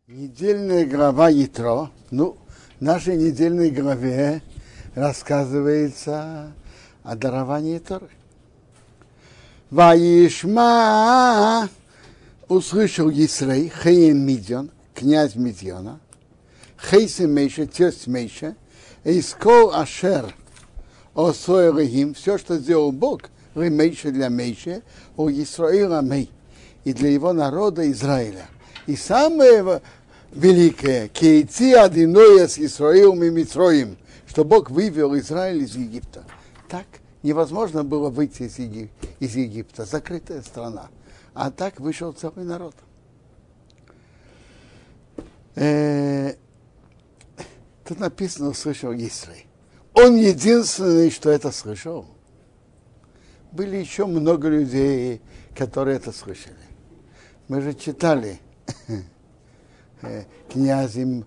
Недельная глава Ятро. В нашей недельной главе рассказывается о даровании Торы. Ваишма услышал Исрей, Хейм Мидьон, князь Мидьона, Хейсем Мейша, тесть Мейша, Искол Ашер, Осой Рахим, все, что сделал Бог, Мейша для Мейша, у Исраила Мей, и для его народа Израиля. И самое великое, кейти адиноя с Исраилом и Митроим, что Бог вывел Израиль из Египта. Так невозможно было выйти из Египта, закрытая страна. А так вышел целый народ. Тут написано, услышал Исрей. Он единственный, что это слышал. Были еще много людей, которые это слышали. Мы же читали князем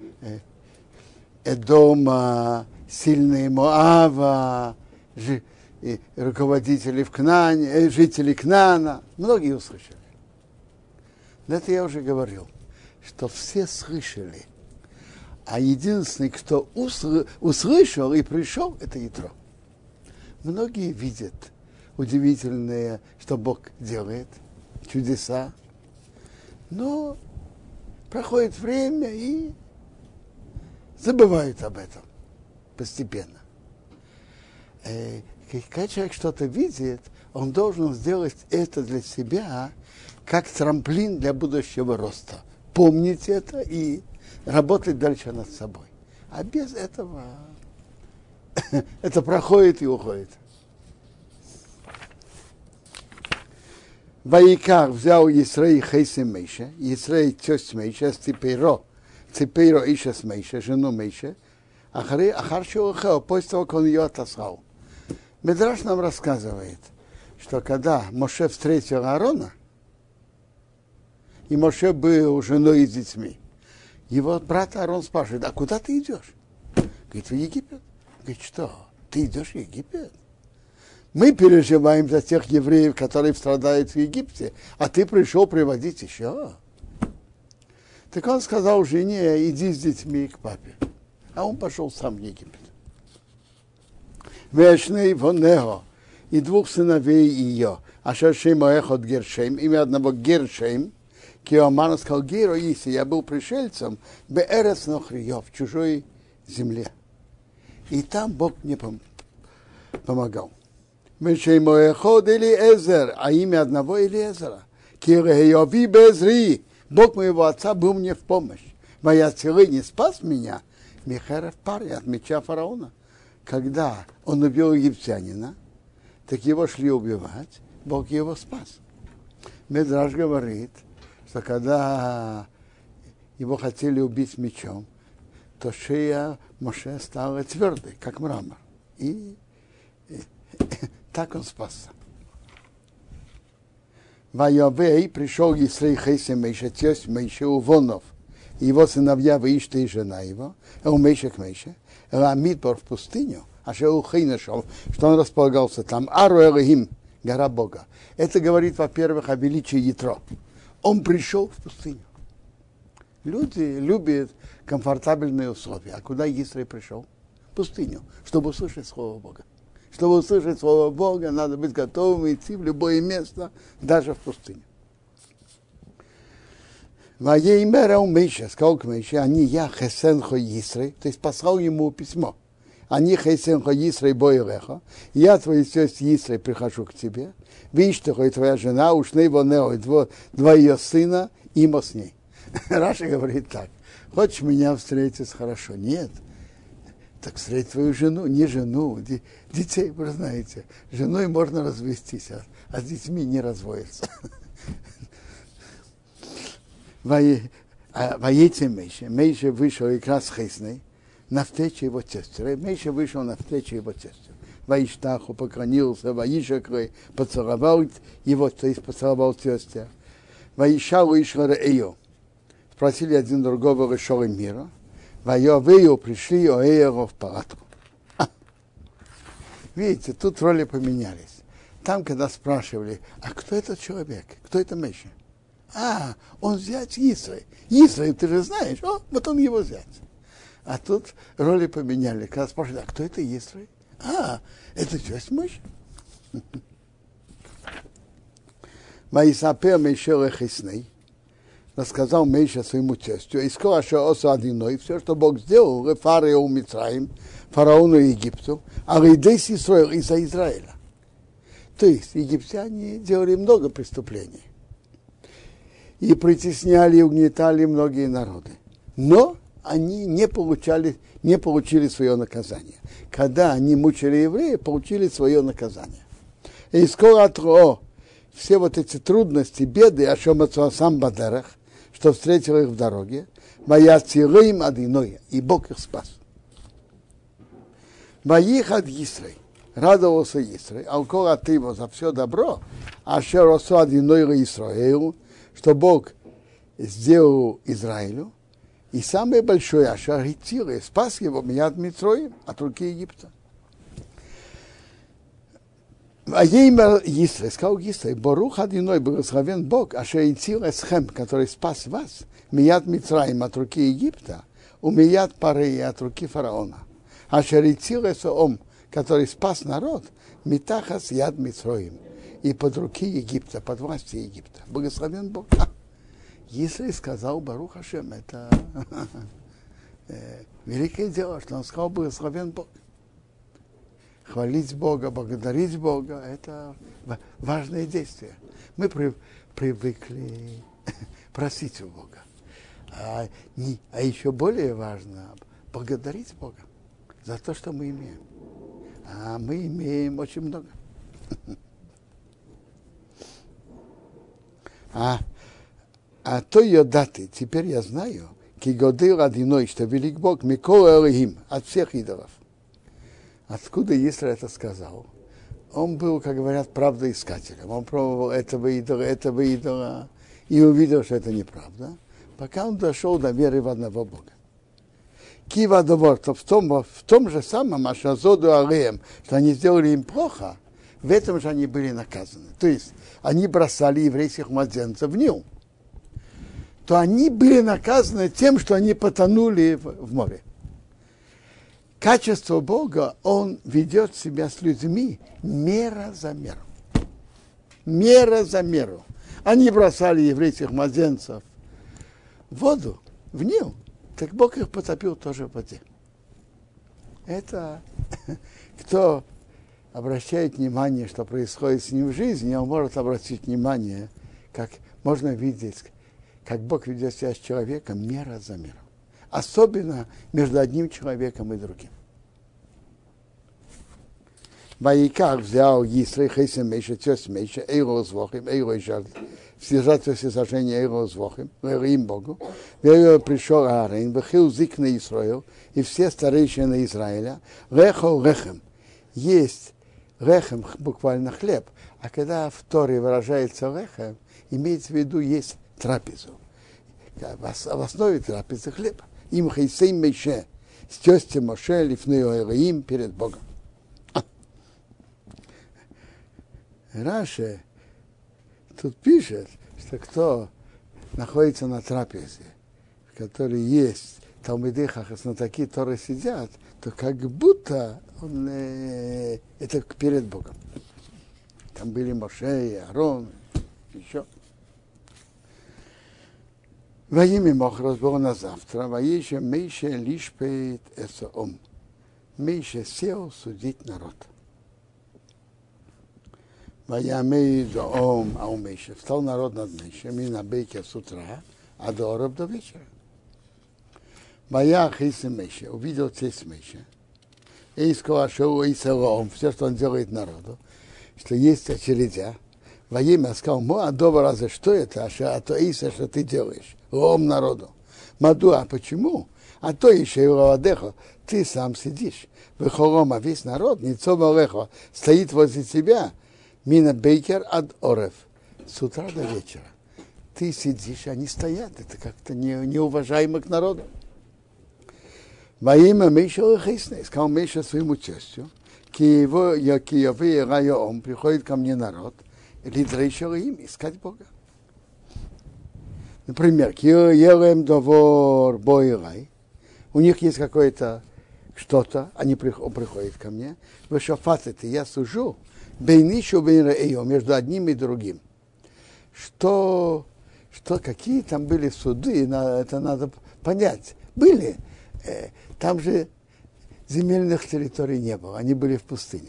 Эдома, сильные Моава, руководители в Кнаане, жители Кнаана. Многие услышали. Но это я уже говорил, что все слышали. А единственный, кто услышал и пришел, это Ятро. Многие видят удивительное, что Бог делает, чудеса. Но проходит время и забывают об этом постепенно. Когда человек что-то видит, он должен сделать это для себя как трамплин для будущего роста. Помнить это и работать дальше над собой. А без этого это проходит и уходит. Ваикар взял Исрей Хейсем Мейша, Исрей тесть Мейша, Ципейро Иша с Мейша, жену Мейша, Ахаршо Ухео, после того, как он ее отослал. Медраш нам рассказывает, что когда Моше встретил Аарона, и Моше был женой и детьми, его брат Аарон спрашивает: а куда ты идешь? Говорит: в Египет. Говорит: что, ты идешь в Египет? Мы переживаем за тех евреев, которые страдают в Египте, а ты пришел приводить еще. Так он сказал жене: иди с детьми к папе. А он пошел сам в Египет. Вешней Вонео и двух сыновей ее, Ашашем Оэхот Гершем, имя одного Гершем, Киоман сказал: Геро Иси, я был пришельцем, Беэрец Нохриев, в чужой земле. И там Бог мне помогал. Мешеймоэход Элиэзер, а имя одного Элиэзера. Кирейови Безри, Бог моего отца был мне в помощь. Моя целый не спас меня, Михерев Пари, от меча фараона. Когда он убил египтянина, так его шли убивать, Бог его спас. Медраш говорит, что когда его хотели убить мечом, то шея Моше стала твердой, как мрамор. И так он спасся. Вайовей пришел Исрей Хейсем Мейша, тесть Мейша, Увонов, и его сыновья Ваишта и жена его, у Мейша к Мейше, Ламидбор в пустыню, а Шеухей нашел, что он располагался там, Ару Элохим, гора Бога. Это говорит, во-первых, о величии Ятро. Он пришел в пустыню. Люди любят комфортабельные условия. А куда Исрей пришел? В пустыню, чтобы услышать Слово Бога. Чтобы услышать Слово Бога, надо быть готовым идти в любое место, даже в пустыню. Ваеймера у Мейша, сказал к Мейше: они я хесенхо Исрей, то есть послал ему письмо. Они хесенхо Исрей бойлеха, я, твой тесть Исрей, прихожу к тебе. Видишь, и твоя жена, ушней вонео, два ее сына, имо с ней. Раша говорит так: хочешь меня встретить, хорошо? Нет. Так встреть твою жену, не жену, детей, вы знаете. С женой можно развестись, а с детьми не разводятся. Воете Мейша. Мейша вышел как раз с Хейсной на встречу его тестю. Мейша вышел на встречу его тестю. Ваиштаху поклонился, Ваишакрой поцеловал его, то есть поцеловал тестя. Ваишалу Ишла Эйо. Спросили один другого, решил им мира. Вайовею пришли Оэйо в палатку. Видите, тут роли поменялись. Там, когда спрашивали: а кто этот человек, кто это Мейша? Он взять Исраиль. Исраиль, ты же знаешь, вот он его взять. А тут роли поменяли. Когда спрашивают, а кто это Исраиль? Это часть Моше. Маисапер Мейше Хисней. Рассказал Мейша своему тестю. И скоро что одиной, все, что Бог сделал, фараону Мицраим, фараону Египту, а Рейдес Исраил из-за Израиля. То есть египтяне делали много преступлений. И притесняли и угнетали многие народы. Но они не получили свое наказание. Когда они мучили евреев, получили свое наказание. И скоро все вот эти трудности, беды, сам Бадерах, что встретил их в дороге, моя цирым одиной, и Бог их спас. Моих от Исраиль, радовался Исраиль, а укор от его за все добро, а что росо одиной Исраилу, что Бог сделал Израилю, и самое большое, Ашар Хитцилы, спас его от Мицроим, от руки Египта. А ей Исраиль, сказал Исраиль, Борух одиной, благословен Бог, Ашар Хитцилы Схем, который спас вас, Мият Мицраим от руки Египта, у Мият Пареи от руки фараона. Ашар Хитцилы Соом, который спас народ, Митахас Яд Мицроим, и под руки Египта, под властью Египта. Благословен Бог. Исраиль сказал Барух Ашем, это великое дело, что он сказал благословен Бог. Хвалить Бога, благодарить Бога, это важное действие. Мы привыкли просить у Бога. А еще более важно благодарить Бога за то, что мы имеем. А мы имеем очень много. А то ее даты, теперь я знаю, кигодыр одиной, что велик Бог, Микол Элохим, от всех идолов. Откуда Исраиль это сказал? Он был, как говорят, правдоискателем. Он пробовал этого идола, и увидел, что это неправда, пока он дошел до веры в одного Бога. Кива довор, то в том же самом Ашазоду Алеем, что они сделали им плохо, в этом же они были наказаны. То есть они бросали еврейских младенцев в Нил. То они были наказаны тем, что они потонули в море. Качество Бога, Он ведет себя с людьми мера за меру. Мера за меру. Они бросали еврейских младенцев в воду, в Нил, так Бог их потопил тоже в воде. Это кто обращает внимание, что происходит с ним в жизни, он может обратить внимание, как можно видеть, как Бог ведет себя с человеком мера за меру. Особенно между одним человеком и другим. Ваикар взял Исраиль, Хейсем Мейша, Тес Мейша, Эйро Звохим, Эйро Жад, все жертвы всесожжения Эйро Звохим, им Богу. Пришел Аарон, выхил зик на Исраил, и все старейшины Израиля, Рехо Рехем, есть Рехем, буквально хлеб, а когда в Торе выражается Рехем, имеется в виду есть трапезу. В основе трапезы хлеба. Им Хейсем Мейше, с тестем Моше, лифней Элоим перед Богом. Раши тут пишет, что кто находится на трапезе, в которой есть талмидей хахам, знатоки Торы сидят, то как будто он, это перед Богом. Там были Моше и Аарон, еще. Во имя Мохрос было на завтра, во еще Мейше лишпеет эсоом. Мейше сел судить народ. Ваямей доом аумейше. Встал народ над Мейшем и на бейке с утра, а до ороб до вечера. Вая хейсе Мейше, увидел тесть Мейше. И сказал, что он все, что он делает народу, что есть очередя. Во имя сказал, а добро разве что это, а то Иса, что ты делаешь, лом народу. Маду, а почему? А то еще и Равадехо, ты сам сидишь. Выхолом, а весь народ, Ницом Олехо, стоит возле тебя, Мина Бейкер ад Орев, с утра до вечера. Ты сидишь, они стоят, это как-то неуважаемо к народу. Во имя Мейша Лехисне, сказал Мейша своему тестю, Киевы Райоом, приходит ко мне народ, Лидрейшел им искать Бога. Например, Елем Довор Бойрай. У них есть какое-то что-то, они приходят ко мне. Вы шафатите, я сужу бейнишу бейнрею, между одним и другим. Что какие там были суды, это надо понять. Были. Там же земельных территорий не было, они были в пустыне.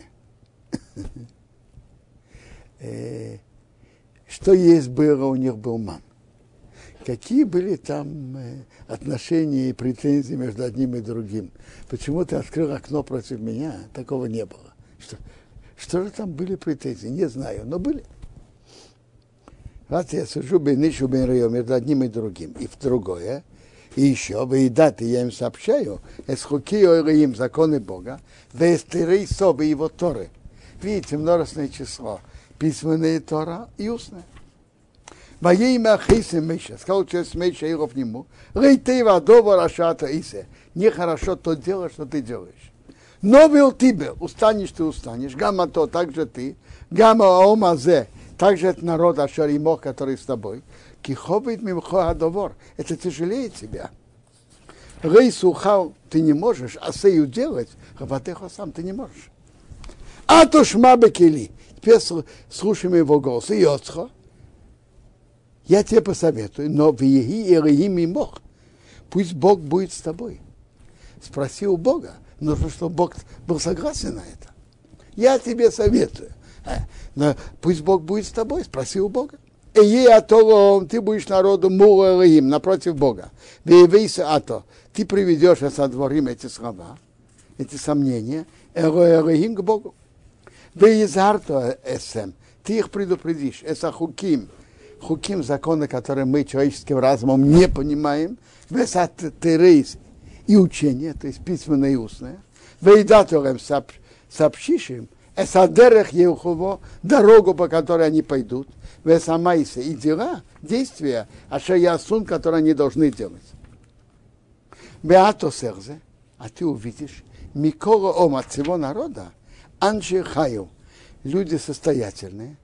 Что есть было, у них был ман. Какие были там отношения и претензии между одним и другим? Почему ты открыл окно против меня? Такого не было. Что же там были претензии? Не знаю, но были. Вот я сужу бейнишу бейнрею между одним и другим. И в другое, и еще, выедаты я им сообщаю, эсхукио им законы Бога, вестерей собы его Торы. Видите, множественное число. Письменная Тора и устная. Во имя Ахисе Миша, сказал через Миша его к нему, рейтева добра ашата исе, нехорошо то дело, что ты делаешь. Но был тебе, устанешь ты устанешь, гамма то, так же ты, гамма аомазе, также это народ Ашаримох, который с тобой, киховит мимхо адовор, это тяжелее тебя. Рейсу хау ты не можешь, а сею делать, хаватехо сам ты не можешь. А то шмабекели, теперь слушаем его голос, и Йоцхо, я тебе посоветую, но в Еги и мимох, пусть Бог будет с тобой. Спроси у Бога, нужно, чтобы Бог был согласен на это. Я тебе советую, но пусть Бог будет с тобой, спроси у Бога. Ты будешь народу мураим, напротив Бога. Ты приведешь и сотворим эти слова, эти сомнения, к Богу. Ты их предупредишь, это хуким, законы, которые мы человеческим разумом не понимаем, и учение, то есть письменное и устное, сообщишь им, дорогу, по которой они пойдут, и дела, действия, которые они должны делать. А ты увидишь, микола ома от всего народа, анши хаю, люди состоятельные.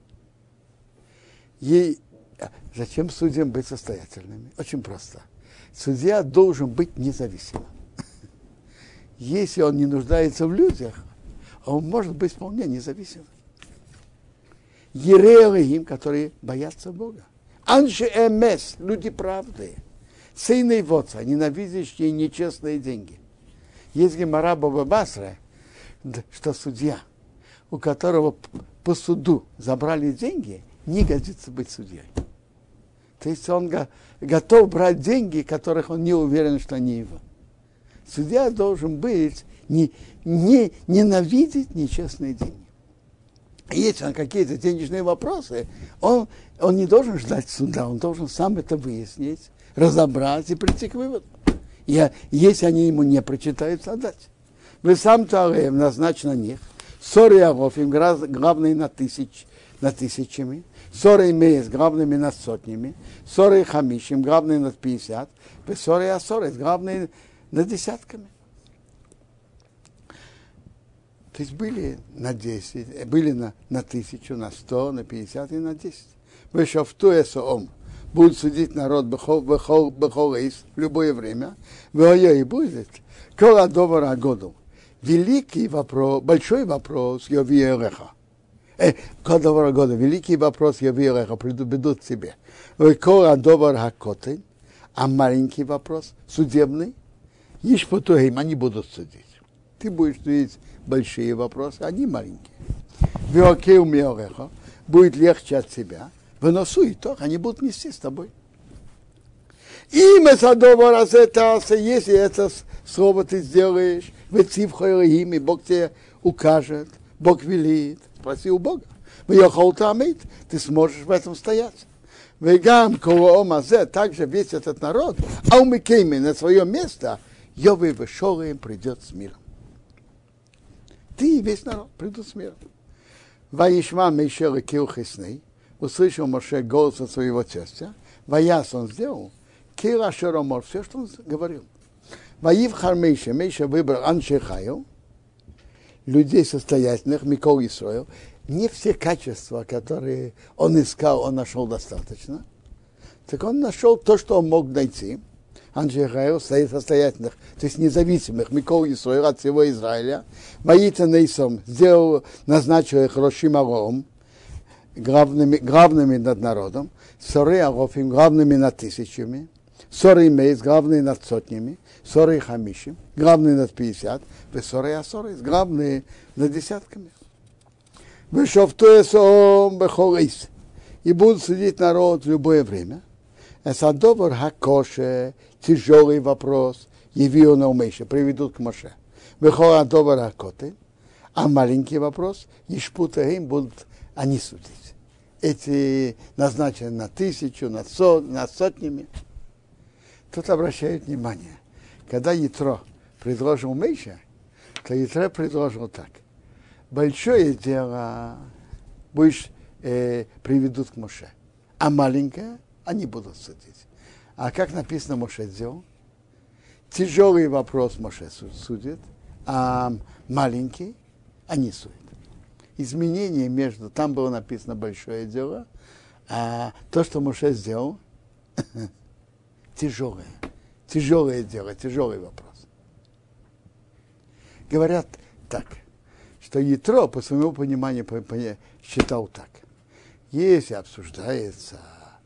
Зачем судьям быть состоятельными? Очень просто. Судья должен быть независимым. Если он не нуждается в людях, он может быть вполне независимым. Ереэлихим, которые боятся Бога. Анши эмес, люди правды. Сейный водца, ненавидящие нечестные деньги. Есть гемара Баба Басра, что судья, у которого по суду забрали деньги, не годится быть судьей. То есть он готов брать деньги, которых он не уверен, что они его. Судья должен быть, не ненавидеть нечестные деньги. Если какие-то денежные вопросы, он не должен ждать суда, он должен сам это выяснить, разобрать и прийти к выводу. Если они ему не прочитают, отдать. Вы сам Тареев назначен на них. Ссоры Арофим, главные над тысячами. Ссоры Меес, главными над сотнями. Ссоры Хамишим, главные над 50. Ссоры Асорес, главные над десятками. То есть были на 10, были на 1000, на 100, на 50 и на 10. Вы шафту эсоом. Будут судить народ в любое время. И будет. Кола добра году. Великий вопрос, большой вопрос, Йовиереха. Кола года, великий вопрос, Йовиереха, предубедут тебе. Кола добра котель, а маленький вопрос, судебный, Ишпотугим, они будут судить. Ты будешь судить большие вопросы, они маленькие. Виокеу миореха, будет легче от себя. Выносу и то, они будут нести с тобой. Имя садова это, если это слово ты сделаешь, и Бог тебе укажет, Бог велит, спроси у Бога. Ты сможешь в этом стоять. Также весь этот народ, а у Микейми на свое место, Йовы Вешоры им придет с миром. Ты и весь народ придут с миром. Ваишма Мейшер Килхисный, услышал Моше голос от своего тестя, Ваяс он сделал, Кира Шеромор, все, что он говорил. Ваивхар Мейша, Мейша выбрал Аншехаю, людей состоятельных, Микол Исроил, не все качества, которые он искал, он нашел достаточно. Так он нашел то, что он мог найти. Анджихаил состоятельных, то есть независимых, Микол Исраил от всего Израиля. Маита Нейсом назначил их Рошим Аром, главными над народом, Сорей Арофим, главными над тысячами, Сорей Мейс, главные над сотнями, Сорей Хамишим, главные над 50, и Сорей Асорей, главные над десятками. Вышофтуэсом бехорис, и будут судить народ в любое время. Эсадовар хакоше, тяжелый вопрос, явил на умейше, приведут к Моше. Вехорадовар хакоты, а маленький вопрос, ешпутаим будут они судить. Эти назначены на 1000, над сотнями. Тут обращают внимание, когда Ятро предложил Мейше, то Ятро предложил так. Большое дело будешь приведут к Моше, а маленькое они будут судить. А как написано, Моше сделал? Тяжелый вопрос Моше судит, а маленький они судят. Изменение между, там было написано большое дело, а то, что Моше сделал, тяжелое дело, тяжелый вопрос. Говорят так, что Ятро, по своему пониманию, считал так. Если обсуждается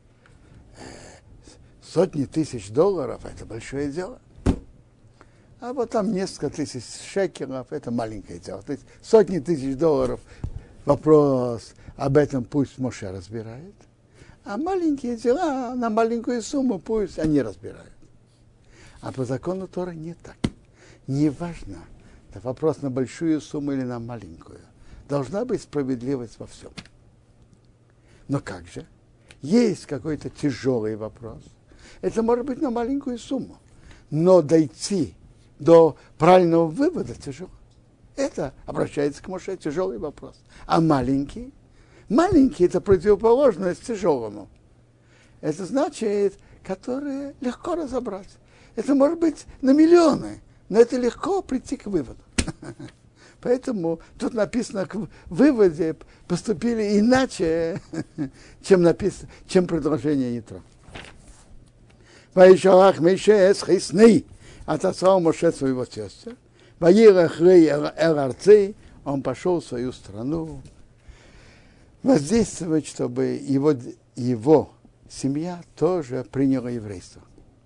сотни тысяч долларов, это большое дело. А вот там несколько тысяч шекелов, это маленькое дело. То есть сотни тысяч долларов, вопрос об этом пусть Моше разбирает. А маленькие дела на маленькую сумму пусть они разбирают. А по закону Торы не так. Не важно, это вопрос на большую сумму или на маленькую. Должна быть справедливость во всем. Но как же? Есть какой-то тяжелый вопрос. Это может быть на маленькую сумму. Но дойти до правильного вывода тяжело. Это обращается к Моше, тяжелый вопрос. А маленький это противоположность тяжелому. Это значит, которые легко разобрать. Это может быть на миллионы, но это легко прийти к выводу. Поэтому тут написано, к выводе поступили иначе, чем предложение Ятро. Ваишалах Мейше эсхисны, отослал Моше своего тестя. Ваирах рей эр-арцей, он пошел в свою страну, воздействовать, чтобы его семья тоже приняла еврейство.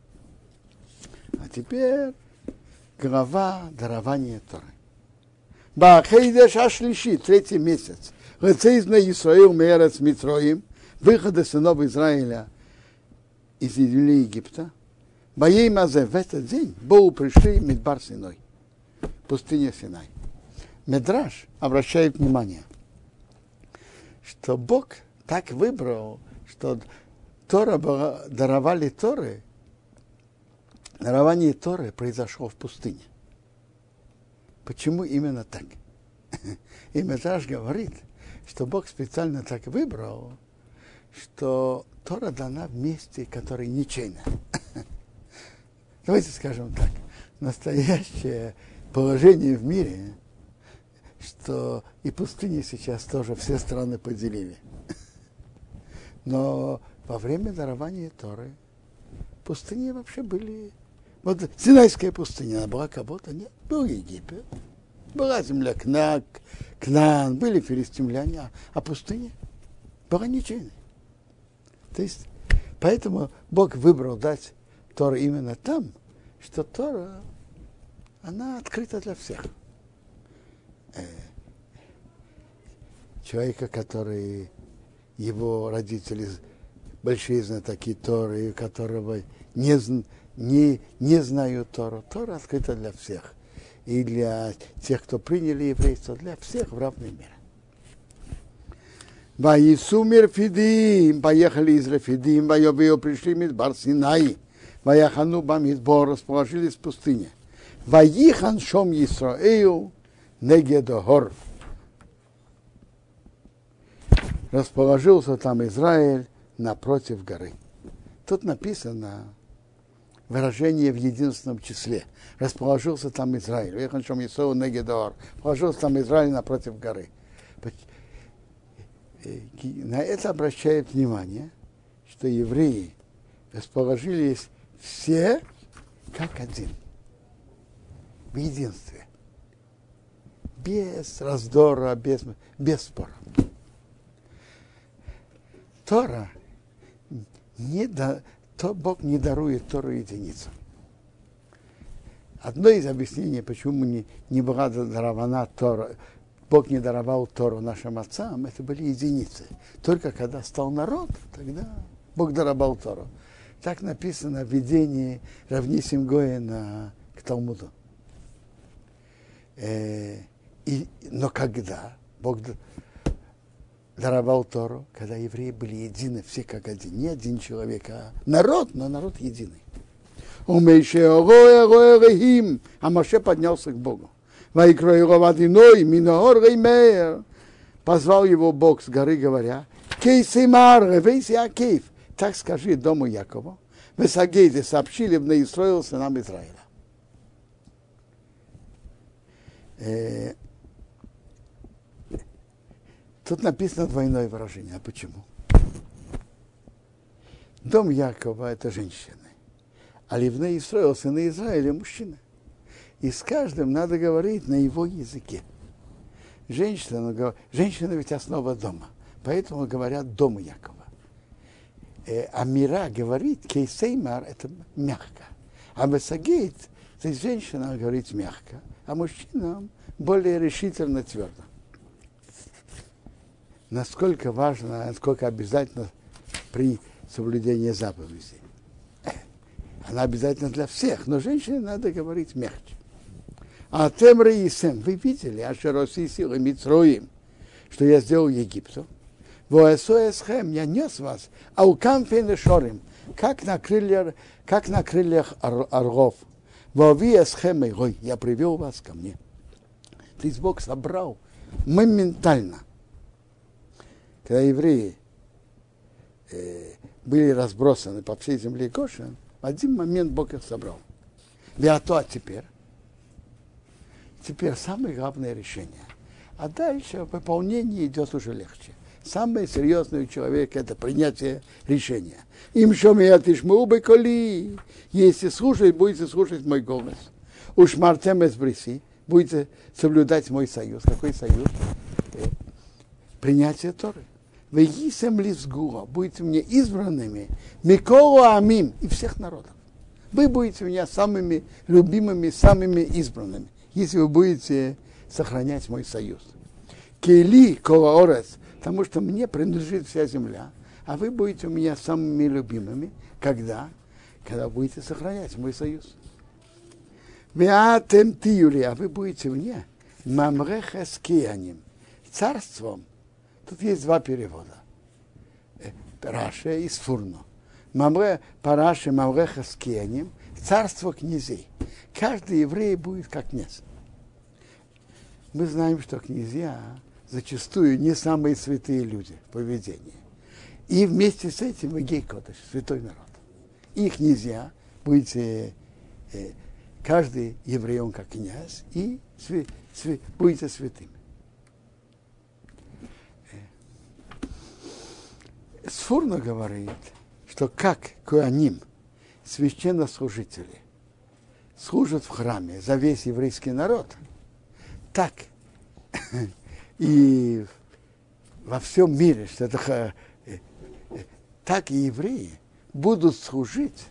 А теперь глава дарования Торы. Баахейдеш ашлиши, 3-й месяц. Рецейзна Исраил мерец Митроим, выхода сынов Израиля из земли Египта. Боей Мазе, в этот день Богу пришли Мидбар Синой, пустыня Синай. Медраш обращает внимание, что Бог так выбрал, что дарование Торы произошло в пустыне. Почему именно так? И Медраш говорит, что Бог специально так выбрал, что Тора дана в месте, которое ничейно. Давайте скажем так, настоящее положение в мире, что и пустыни сейчас тоже все страны поделили. Но во время дарования Торы пустыни вообще были... Вот Синайская пустыня, она была кого-то, нет, был Египет, была земля Кнаан, были филистимляне, а пустыня была ничейной. То есть, поэтому Бог выбрал дать Тору именно там, что Тора, она открыта для всех. Человека, который, его родители большие знатоки Торы, которого не знают Тору. Тора открыта для всех. И для тех, кто приняли еврейство, для всех в равной мере. Ваисумер Фидим, поехали из Рефидим, Вайобио пришли Мидбар Синай, Ваяхану Бамидбор, расположились в пустыне. Ваихан Шом Йисраэл Негедогор. Расположился там Израиль напротив горы. Тут написано выражение в единственном числе. Расположился там Израиль. Ваихан Шом Йисраэл Негедогор. Расположился там Израиль напротив горы. На это обращает внимание, что евреи расположились все как один, в единстве, без раздора, без спора. Тора, Бог не дарует Тору единицам. Одно из объяснений, почему не была дарована Тора, Бог не даровал Тору нашим отцам, это были единицы. Только когда стал народ, тогда Бог даровал Тору. Так написано в видении Равнисим Гоэна к Талмуду. Но когда Бог даровал Тору, когда евреи были едины, все как один, не один человек, а народ, но народ единый. А Моше поднялся к Богу. Позвал его Бог с горы, говоря, так скажи дому Якова, Весагейте сообщили в Неистроил сынам Израиля. Тут написано двойное выражение. А почему? Дом Якова – это женщины, а Ливней Исроил, сыны Израиля – мужчины. И с каждым надо говорить на его языке. Женщина ведь основа дома, поэтому говорят дому Якова. А Мира говорит, кейсеймар – это мягко. А Месагейт, то есть женщина говорит мягко, а мужчина более решительно, твердо. Насколько важно, насколько обязательно при соблюдении заповедей. Она обязательна для всех, но женщине надо говорить мягче. А темры и сем, вы видели, ашероси силы Мицроим, что я сделал Египту. Воэсоэсхэм, я нес вас, а у камфейны шорим, как на крыльях орлов. Воэсхэм, я привел вас ко мне. То есть Бог собрал моментально. Когда евреи были разбросаны по всей земле Гошен, в один момент Бог их собрал. А теперь самое главное решение. А дальше выполнение идет уже легче. Самое серьезное у человека – это принятие решения. Им шомиятишму беколи. Если слушать, будете слушать мой голос. Уж мартем эс бриси, будете соблюдать мой союз. Какой союз? Принятие Торы. Вы есем лизгуа, будете мне избранными, микола амим, и всех народов. Вы будете у меня самыми любимыми, самыми избранными, если вы будете сохранять мой союз. Кели кола орес, потому что мне принадлежит вся земля, а вы будете у меня самыми любимыми, когда будете сохранять мой союз. Веатем тиюли, а вы будете мне мамреха скианим, царством. Тут есть два перевода. Раши и Сфурно. Параши мамреха скианим, царство князей. Каждый еврей будет как князь. Мы знаем, что князья зачастую не самые святые люди в поведении. И вместе с этим и гей-кодыш, святой народ. И князья будете, каждый еврей он как князь, и будете святыми. Сфурно говорит, что как коаним, священнослужители, служат в храме за весь еврейский народ, так и во всем мире, что это, так и евреи будут служить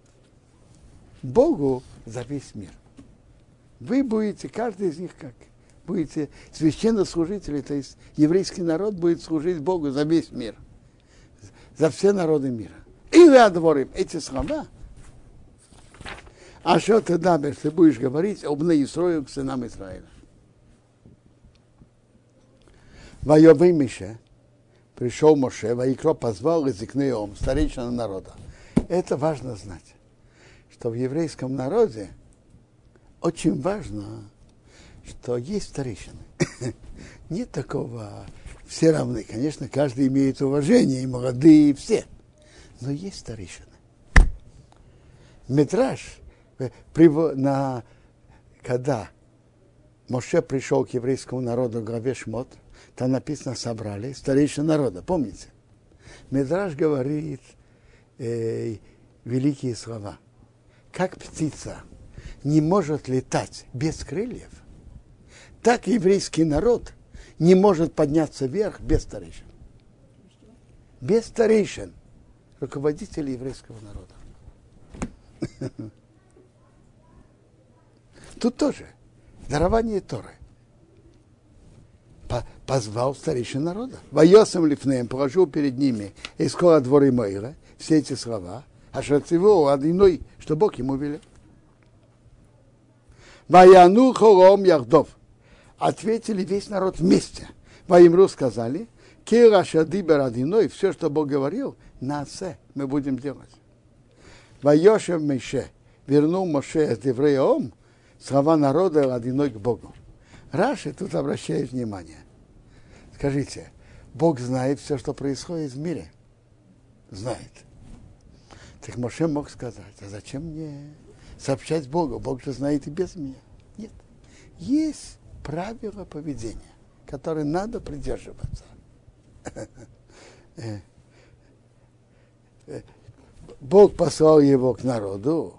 Богу за весь мир. Вы будете, каждый из них как будете священнослужители, то есть еврейский народ будет служить Богу за весь мир. За все народы мира. И вы отворим эти слова. А что ты дабер, ты будешь говорить об Неисрою к сынам Израиля. Воевый Мише, пришел Моше, Ваикро позвал Изикнеом, старейшина народа. Это важно знать, что в еврейском народе очень важно, что есть старейшины. Нет такого... Все равны. Конечно, каждый имеет уважение, и молодые, и все. Но есть старейшины. Мидраш, когда Моше пришел к еврейскому народу в главе Шмот, там написано, собрали старейшин народа, помните? Мидраш говорит, великие слова. Как птица не может летать без крыльев, так и еврейский народ не может подняться вверх без старейшин. Без старейшин, руководителей еврейского народа. Тут тоже дарование Торы. Позвал старейшин народа. Вайосам лифнеем, положил перед ними из скоро дворы Моира, все эти слова, а шерцевого одной, что Бог ему велел. Ваяну хором яхдов. Ответили весь народ вместе. Ваимру сказали, кира шадибер одиной, все, что Бог говорил, насе, мы будем делать. Вайошев Мише, вернул Моше с Девреем, слова народа одиной к Богу. Раши тут обращает внимание. Скажите, Бог знает все, что происходит в мире? Знает. Так Моше мог сказать, а зачем мне сообщать Богу? Бог же знает и без меня. Нет. Есть правила поведения, которые надо придерживаться. Бог послал его к народу.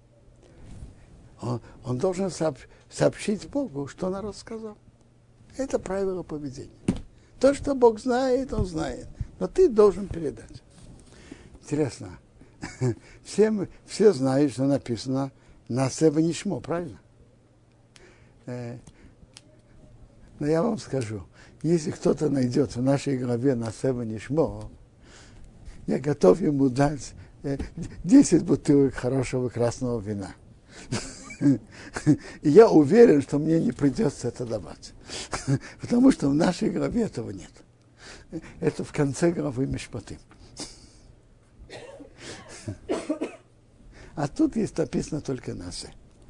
Он должен сообщить Богу, что народ сказал. Это правило поведения. То, что Бог знает, он знает. Но ты должен передать. Интересно. Все знают, что написано «Насе венишмо», правильно? Но я вам скажу, если кто-то найдет в нашей главе «Насе венишмо», я готов ему дать 10 бутылок хорошего красного вина. И я уверен, что мне не придется это давать. Потому что в нашей главе этого нет. Это в конце главы Мишпатим. А тут есть написано только Насе.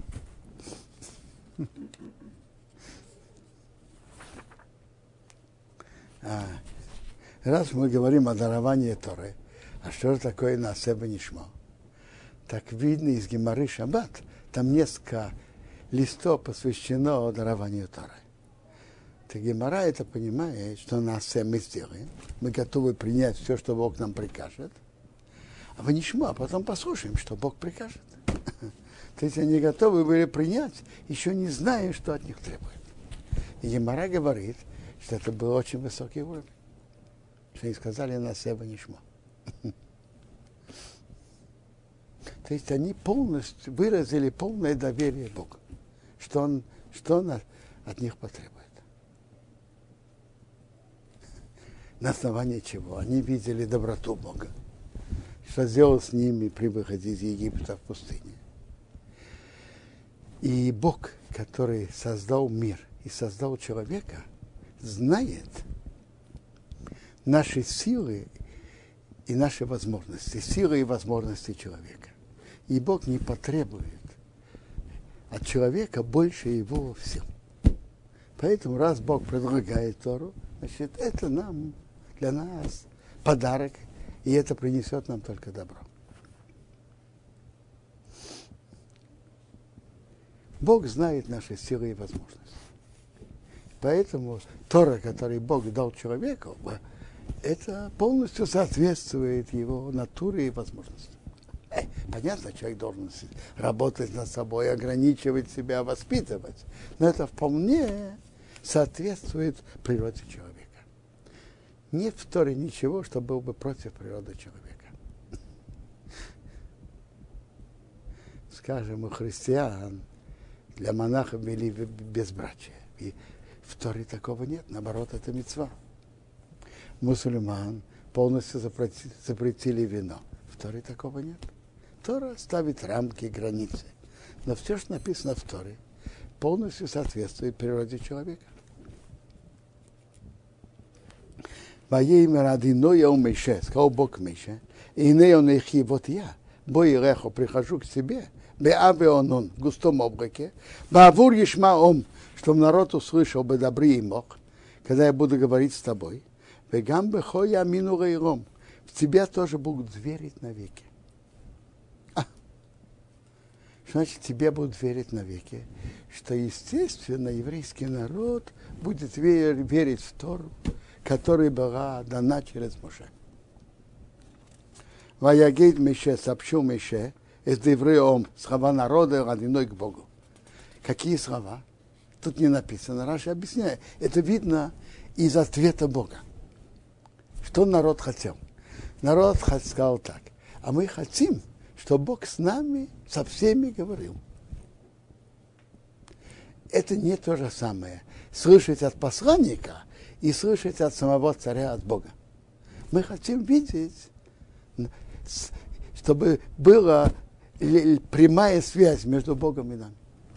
Раз мы говорим о даровании Торы, а что же такое Насе венишмо? Так видно из Гемары Шаббат, там несколько листов посвящено дарованию Торы. Так Гемара это понимает, что Насе мы сделаем, мы готовы принять все, что Бог нам прикажет, а венишмо, а потом послушаем, что Бог прикажет. То есть они готовы были принять, еще не зная, что от них требует. И Гемара говорит, что это был очень высокий уровень. Что они сказали Насе венишмо. То есть они полностью выразили полное доверие Богу, что он от них потребует. На основании чего? Они видели доброту Бога, что сделал с ними при выходе из Египта в пустыне. И Бог, который создал мир и создал человека, знает наши силы и наши возможности, силы и возможности человека. И Бог не потребует от человека больше его сил. Поэтому, раз Бог предлагает Тору, значит, это для нас подарок, и это принесет нам только добро. Бог знает наши силы и возможности. Поэтому Тора, которую Бог дал человеку, это полностью соответствует его натуре и возможностям. Понятно, человек должен работать над собой, ограничивать себя, воспитывать. Но это вполне соответствует природе человека. Нет в Торе ничего, что было бы против природы человека. Скажем, у христиан для монахов вели безбрачие. И в Торе такого нет, наоборот, это мицва. Мусульман полностью запретили вино. В Торе такого нет. Тора ставит рамки, границы. Но все, что написано в Торе, полностью соответствует природе человека. Воеймер одиноя у Мише, сказал Бог Мише, и не он их, вот я, бой рехо, прихожу к тебе, беавеонон, в густом облаке, бавур ешмаом, чтобы народ услышал бы добрый мог, когда я буду говорить с тобой, вегам бехоя мину рейром, в тебя тоже будут верить навеки. Значит, тебе будут верить навеки, что, естественно, еврейский народ будет верить в Тору, которая была дана через Моше. Ваягейт Мише, сообщил Мише, из Девреом, слова народа, родиной к Богу. Какие слова? Тут не написано, Раши объясняет. Это видно из ответа Бога. Что народ хотел? Народ сказал так. А мы хотим, чтобы Бог с нами, со всеми говорил. Это не то же самое. Слышать от посланника и слышать от самого царя, от Бога. Мы хотим видеть, чтобы была прямая связь между Богом и нами.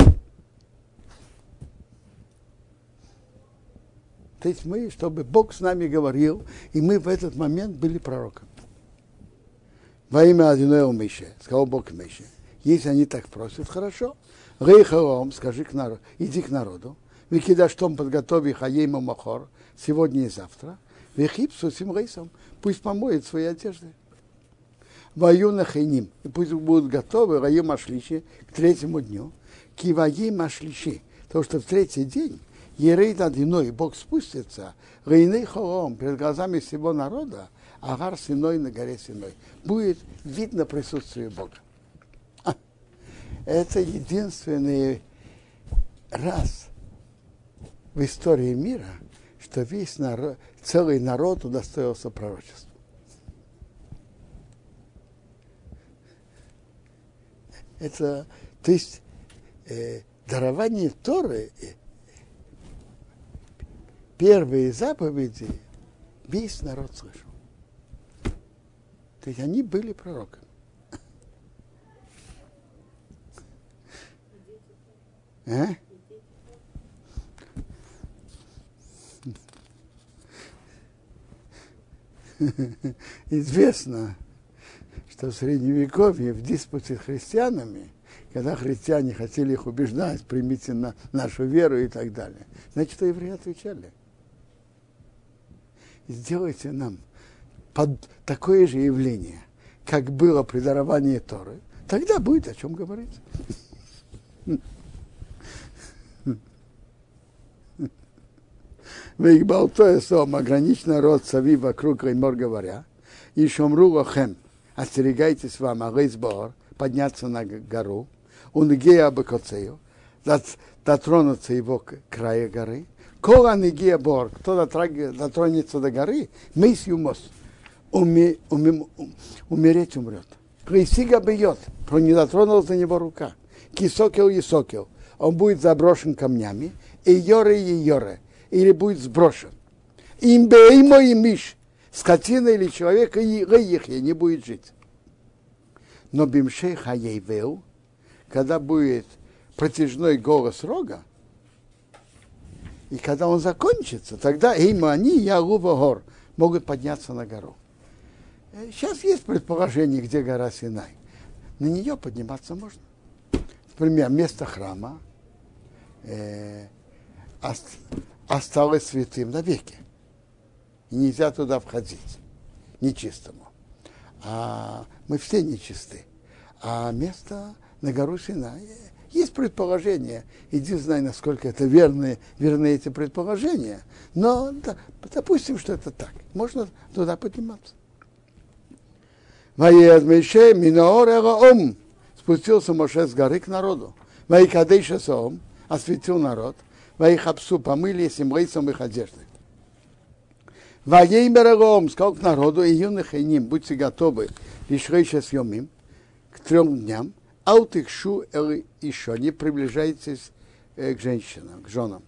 То есть мы, чтобы Бог с нами говорил, и мы в этот момент были пророками. Во имя Адонея Мише, сказал Бог Мише, если они так просят, хорошо. Рейхалом, скажи к народу, иди к народу. Выкидаш том подготови хаейма махор, сегодня и завтра. Вехипсу сим рейсом, пусть помоет свои одежды. Ваюна хайним, и пусть будут готовы раим ашлиши к третьему дню. Киваим ашлиши, потому что в третий день Ерейд Адиной, Бог спустится, Рейней Холом, перед глазами всего народа, Агар Синой на горе Синой. Будет видно присутствие Бога. Это единственный раз в истории мира, что весь народ, целый народ удостоился пророчества. Это, то есть, дарование Торы, первые заповеди, весь народ слышал. То есть они были пророками. А? Известно, что в Средневековье в диспуте с христианами, когда христиане хотели их убеждать, примите нашу веру и так далее, значит, что евреи отвечали. Сделайте нам такое же явление, как было при даровании Торы, тогда будет о чем говорить. Вейгбалтое сом, ограниченный род Сави вокруг Реймор говоря, и Шомру Лохем, остерегайтесь вам, Арейсбор, подняться на гору, Унгея Бакоцею, дотронуться его к краю горы, Кола Нигея Бор, кто дотронется до горы, Мейс Юмос, умереть умрет. Крейсига бьет, про не дотронулась до него рука. Кисокел и сокел, он будет заброшен камнями, и йоре, или будет сброшен. Имбеймо и миш, скотина или человек, и рейехе не будет жить. Но бимшей хаейвел, когда будет протяжной голос рога, и когда он закончится, тогда имя они, Ялува гор, могут подняться на гору. Сейчас есть предположение, где гора Синай. На нее подниматься можно. Например, место храма осталось святым навеки. И нельзя туда входить нечистому. А мы все нечисты. А место на гору Синай, есть предположение. Иди знай, насколько это верны эти предположения. Но допустим, что это так. Можно туда подниматься. Ваед Мише минаор эраом, спустился Моше с горы к народу. Ваикадейша сом, осветил народ. Ваихапсу, помыли симрейсом их одежды. Ваеймер эраом, сказал к народу, и юных и ним, будьте готовы, лишь рейша съемим, к 3 дням, аутыкшу еще, не приближайтесь к женщинам, к женам.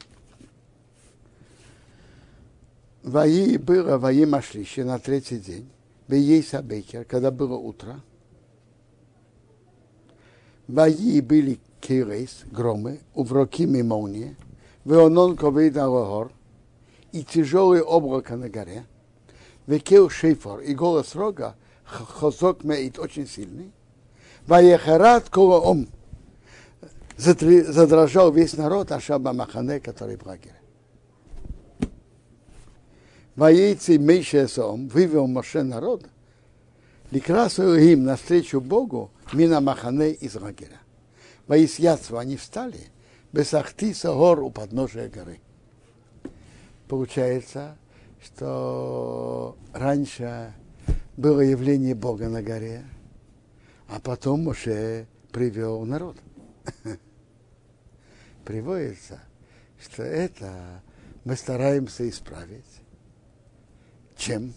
Ваи было, ваи машлище на 3-й день. Бейса Бейкер, когда было утро, Ваи были кейрейс, громы, увроким и молнии, веонон ковейд алохор, и тяжелый облако на горе, векел шейфор, и голос рога, хозок меит, очень сильный, ваехарат колоом, задрожал весь народ, Ашаба Махане, который в лагере. Воейцы Мейшесом вывел Моше народ, ликрасу им навстречу Богу, мина Махане из лагеря. Воисьяцу они встали, без Ахтиса гор у подножия горы. Получается, что раньше было явление Бога на горе, а потом Моше привел народ. Приводится, что это мы стараемся исправить. Чем?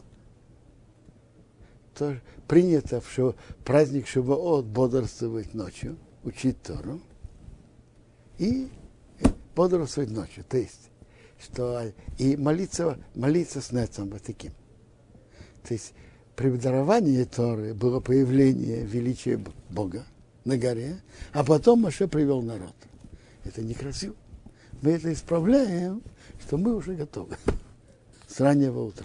То принято в праздник Шавуот бодрствовать ночью, учить Тору и бодрствовать ночью. То есть, что и молиться с нецом вот таким. То есть, при даровании Торы было появление величия Бога на горе, а потом Моше привел народ. Это некрасиво. Мы это исправляем, что мы уже готовы с раннего утра.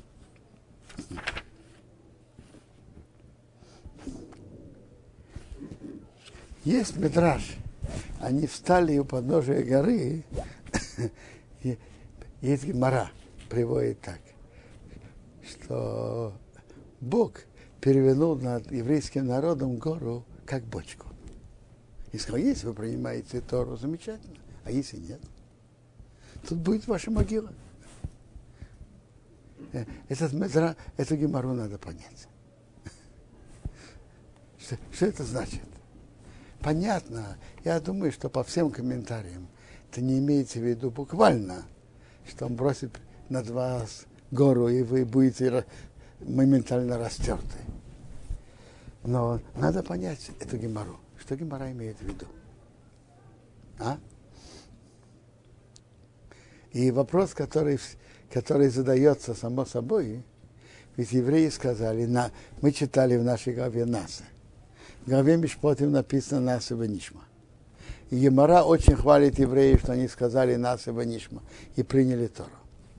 Есть мидраш. Они встали у подножия горы, и есть гемара, приводит так, что Бог перевернул над еврейским народом гору как бочку. И сказал, если вы принимаете Тору, замечательно, а если нет, тут будет ваша могила. Эту гемару надо понять. Что это значит? Понятно, я думаю, что по всем комментариям это не имеется в виду буквально, что он бросит над вас гору, и вы будете моментально растерты. Но надо понять эту гемару. Что гемара имеет в виду? И вопрос, который задается само собой, ведь евреи сказали, мы читали в нашей главе Наса. В главе Мишпотим написано Наса венишма. И гемара очень хвалит евреев, что они сказали Наса венишма и приняли Тору.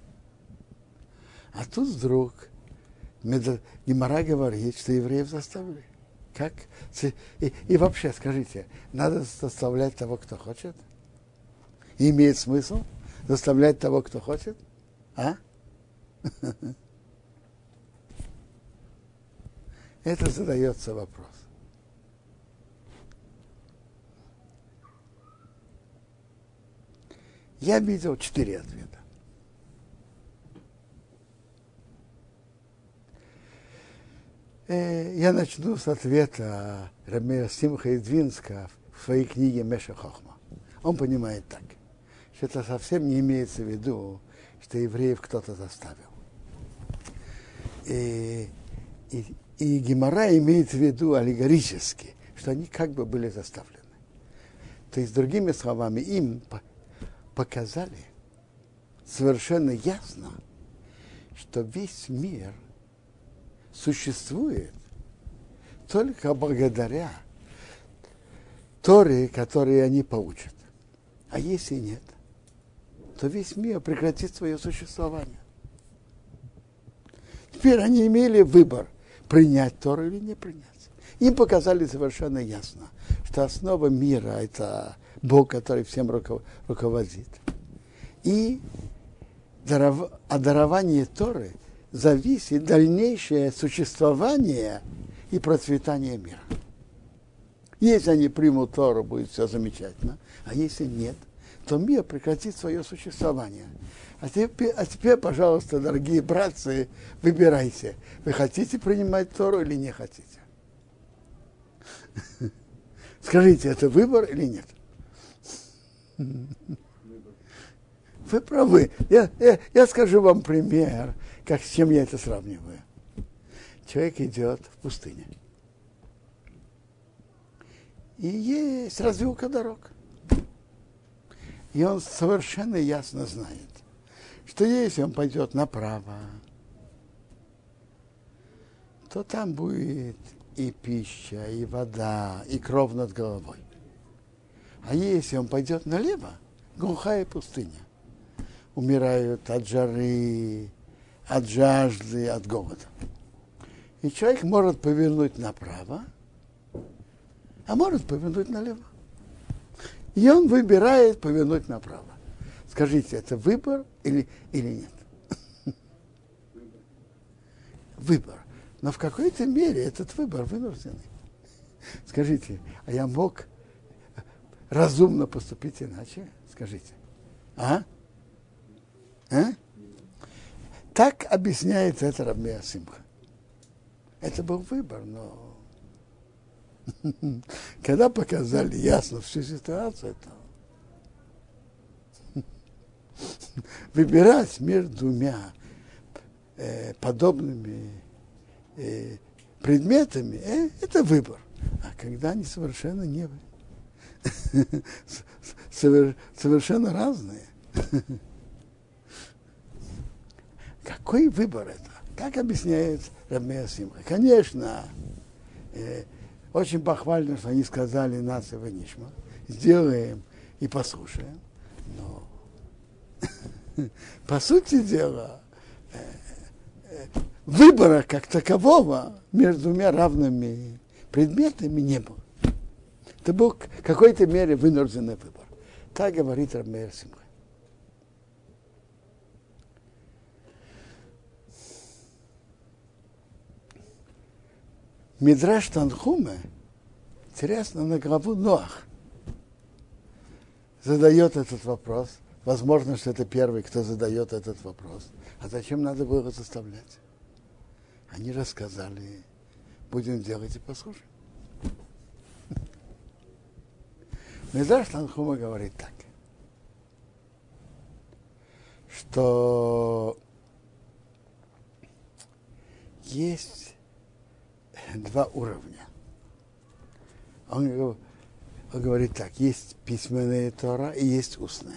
А тут вдруг гемара говорит, что евреев заставили. Как? И вообще, скажите, надо заставлять того, кто хочет? И имеет смысл заставлять того, кто хочет? Это задается вопрос. Я видел 4 ответа. Я начну с ответа Рабби Симха из Двинска в своей книге Меша Хохма. Он понимает так, что это совсем не имеется в виду, что евреев кто-то заставил. И гемара имеет в виду аллегорически, что они как бы были заставлены. То есть, другими словами, им показали совершенно ясно, что весь мир существует только благодаря Торе, которую они получат. А если нет, то весь мир прекратит свое существование. Теперь они имели выбор, принять Тору или не принять. Им показали совершенно ясно, что основа мира – это Бог, который всем руководит. И от дарования Торы зависит дальнейшее существование и процветание мира. Если они примут Тору, будет все замечательно, а если нет, то мир прекратит свое существование. А теперь, пожалуйста, дорогие братцы, выбирайте, вы хотите принимать Тору или не хотите. Скажите, это выбор или нет? Вы правы. Я скажу вам пример, с чем я это сравниваю. Человек идет в пустыне. И есть развилка дорог. И он совершенно ясно знает, что если он пойдет направо, то там будет и пища, и вода, и кров над головой. А если он пойдет налево, глухая пустыня. Умирают от жары, от жажды, от голода. И человек может повернуть направо, а может повернуть налево. И он выбирает повернуть направо. Скажите, это выбор или нет? Выбор. Но в какой-то мере этот выбор вынужденный. Скажите, а я мог разумно поступить иначе? Скажите. Так объясняет это Рабби Симха. Это был выбор, но когда показали ясно всю ситуацию, то выбирать между двумя подобными предметами, это выбор. А когда они совершенно не совершенно разные. Какой выбор это? Как объясняет Рав Меир Симха? Конечно, очень похвально, что они сказали нас и Ванишма. Сделаем и послушаем. Но по сути дела выбора как такового между двумя равными предметами не было. Это был в какой-то мере вынужденный выбор. Так говорит Рав Меир Симха. Мидраш Танхуме, интересно, на главу Ноах задает этот вопрос. Возможно, что это первый, кто задает этот вопрос. А зачем надо было заставлять? Они рассказали, будем делать и послушаем. Мидраш Танхуме говорит так, что есть два уровня. Он говорит так, есть письменная Тора и есть устная.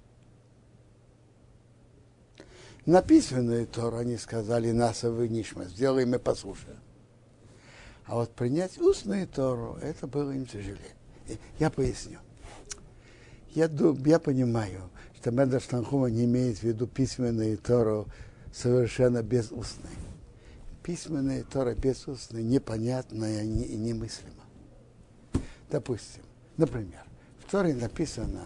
На письменную Тору они сказали, нас и вы нишма, сделаем и послушаем. А вот принять устную Тору, это было им тяжелее. Я поясню. Я понимаю, что Мидраш Танхума не имеет в виду письменную Тору совершенно без устной. Письменная Тора без устной непонятная и немыслима. Допустим, например, в Торе написано: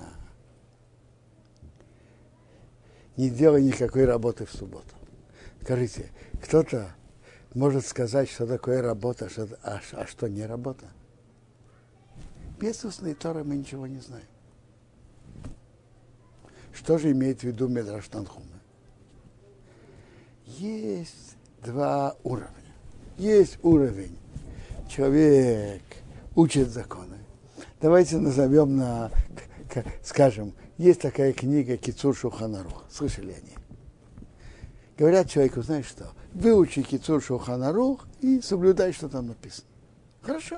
не делай никакой работы в субботу. Скажите, кто-то может сказать, что такое работа, а что не работа? Без устной Торы мы ничего не знаем. Что же имеет в виду Мидраш Танхума? Есть два уровня. Есть уровень, человек учит законы. Давайте назовем скажем, есть такая книга Кицур Шулхан Арух. Слышали о ней? Говорят человеку, знаешь что, выучи Кицур Шулхан Арух и соблюдай, что там написано. Хорошо.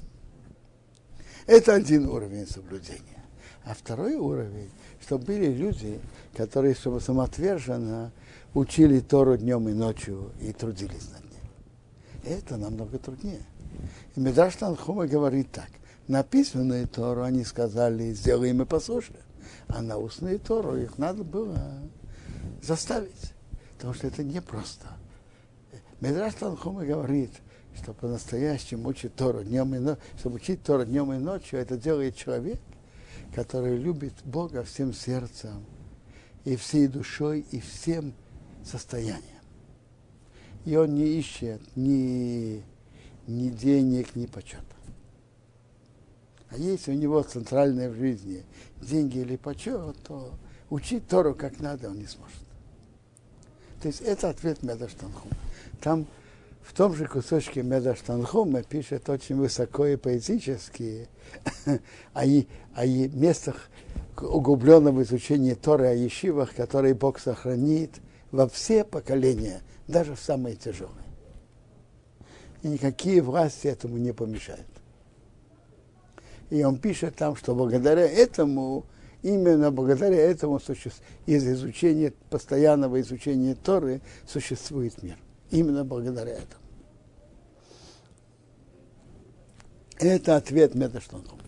Это один уровень соблюдения. А второй уровень, что были люди, которые самоотверженно учили Тору днем и ночью и трудились над ней. Это намного труднее. И Мидраш Танхума говорит так. На письменную Тору они сказали, сделаем и послушаем. А на устную Тору их надо было заставить. Потому что это непросто. Мидраш Танхума говорит, что по-настоящему учить Тору днем и ночью, чтобы учить Тору днем и ночью, это делает человек, который любит Бога всем сердцем, и всей душой, и всем состоянием. И он не ищет ни денег, ни почета. А если у него центральное в жизни деньги или почет, то учить Тору как надо он не сможет. То есть это ответ Мидраш Танхума. Там в том же кусочке Мидраш Танхума пишет очень высоко и поэтически о местах углубленного изучения Торы, о ешивах, которые Бог сохранит во все поколения, даже в самые тяжелые. И никакие власти этому не помешают. И он пишет там, что благодаря этому, именно благодаря этому из изучения, постоянного изучения Торы существует мир. Именно благодаря этому. Это ответ Мидраш Танхума.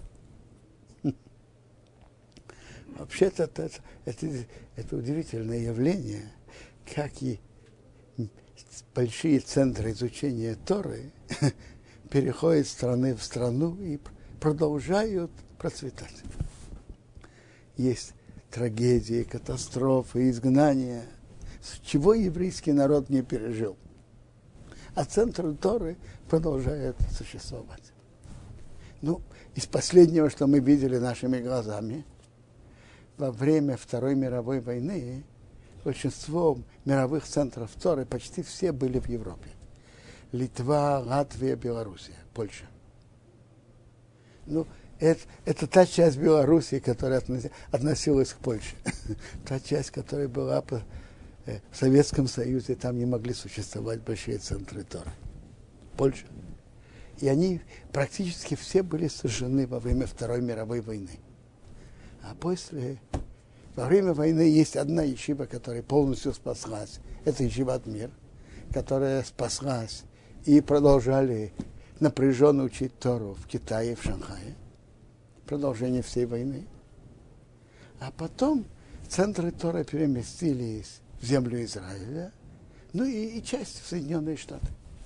Вообще-то это удивительное явление, как и большие центры изучения Торы переходят из страны в страну и продолжают процветать. Есть трагедии, катастрофы, изгнания, чего еврейский народ не пережил. А центр Торы продолжает существовать. Ну, из последнего, что мы видели нашими глазами, во время Второй мировой войны большинство мировых центров Торы почти все были в Европе. Литва, Латвия, Белоруссия, Польша. Ну, это та часть Белоруссии, которая относилась к Польше. Та часть, которая была в Советском Союзе, там не могли существовать большие центры Торы. Польша. И они практически все были сожжены во время Второй мировой войны. А во время войны есть одна ешива, которая полностью спаслась. Это ешиват Мир, которая спаслась и продолжали напряженно учить Тору в Китае, в Шанхае. Продолжение всей войны. А потом центры Торы переместились в землю Израиля, ну и часть в Соединенные Штаты.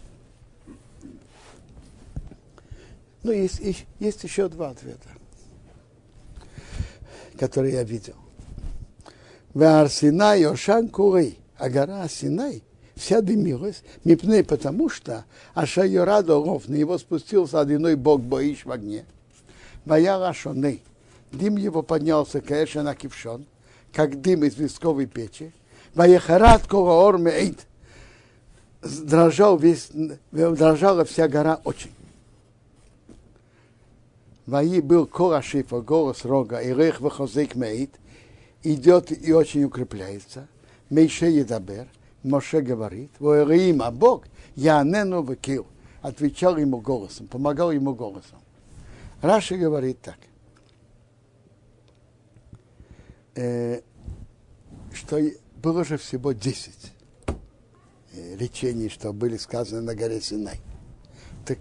Ну, есть еще два ответа, которые я видел. Вар Синай Ошан Курей, а гора Синай вся дымилась, мипней, потому что Аша Йорадо Ров, на него спустился одиной Бог Боиш в огне. Ваяра Шоней, дым его поднялся, конечно, на кившон, как дым из висковой печи. Ваяхарат Кораор Меид, дрожала вся гора очень. Ваи был Корашифа, голос рога, и Рех Вахозек Меид, идет и очень укрепляется. Мейше Едабер, Моше говорит, Воэраим, а Бог, Янену Векил, отвечал ему голосом, помогал ему голосом. Раши говорит так, что было же всего 10 речений, что были сказаны на горе Синай. Так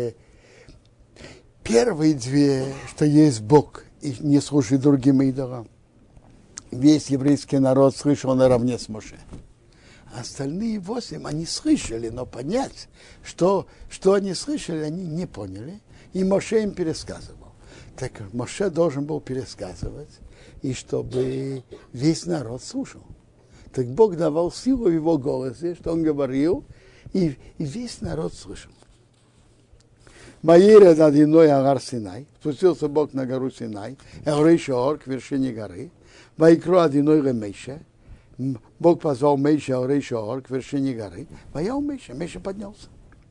первые две, что есть Бог и не служит другим идолам, весь еврейский народ слышал наравне с Моше. А остальные 8, они слышали, но понять, что они слышали, они не поняли. И Моше им пересказывал. Так Моше должен был пересказывать, и чтобы весь народ слушал. Так Бог давал силу в его голосе, что он говорил, и весь народ слышал. Маире над иной Агар Синай, спустился Бог на гору Синай, Эурей Шоор, к вершине горы, Вайкру одиной Мейше, Бог позвал Мейше, Эурей Шоор, к вершине горы, Ваял Мейше, Мейше поднялся.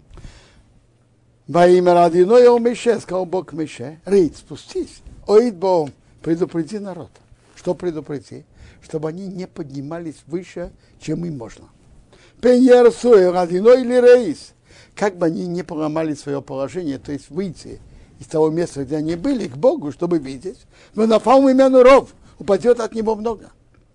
Во имя одиной Мейше, сказал Бог Мейше, Рейд, спустись, Оид Бог, предупреди народ. Что предупреди? Чтобы они не поднимались выше, чем им можно. Пеньерсуэ, одиной ли Рейс, как бы они не поломали свое положение, то есть выйти из того места, где они были, к Богу, чтобы видеть, но на фаум имену ров упадет от него много.